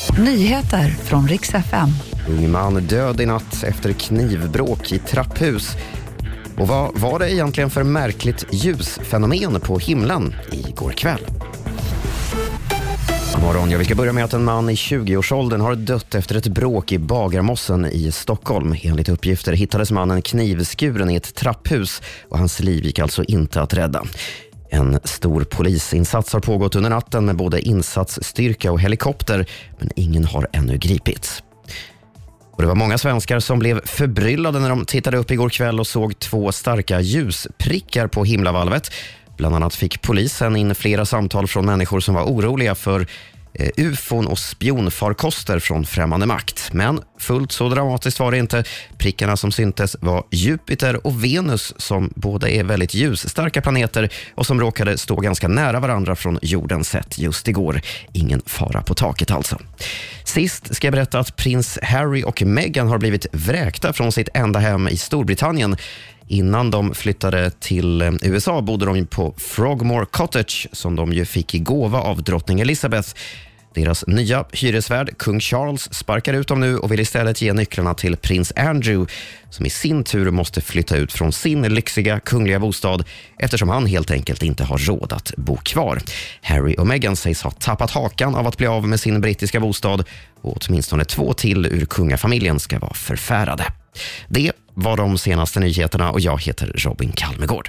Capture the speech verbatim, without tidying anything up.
Nyheter från Rix F M. Ung man död i natt efter knivbråk i trapphus. Och vad var det egentligen för märkligt ljusfenomen på himlen igår kväll? God morgon, jag vill börja med att en man i tjugoårsåldern har dött efter ett bråk i Bagarmossen i Stockholm. Enligt uppgifter hittades mannen knivskuren i ett trapphus och hans liv gick alltså inte att rädda. En stor polisinsats har pågått under natten med både insatsstyrka och helikopter, men ingen har ännu gripits. Och det var många svenskar som blev förbryllade när de tittade upp igår kväll och såg två starka ljusprickar på himlavalvet. Bland annat fick polisen in flera samtal från människor som var oroliga för eh, ufon och spionfarkoster från främmande makt. Men fullt så dramatiskt var det inte. Prickarna som syntes var Jupiter och Venus, som båda är väldigt ljusstarka planeter och som råkade stå ganska nära varandra från jordens sett just igår. Ingen fara på taket alltså. Sist ska jag berätta att prins Harry och Meghan har blivit vräkta från sitt enda hem i Storbritannien. Innan de flyttade till U S A bodde de på Frogmore Cottage som de ju fick i gåva av drottning Elizabeth. Deras nya hyresvärd, kung Charles, sparkar ut dem nu och vill istället ge nycklarna till prins Andrew, som i sin tur måste flytta ut från sin lyxiga kungliga bostad eftersom han helt enkelt inte har råd att bo kvar. Harry och Meghan sägs ha tappat hakan av att bli av med sin brittiska bostad och åtminstone två till ur kungafamiljen ska vara förfärade. Det var de senaste nyheterna och jag heter Robin Kalmegård.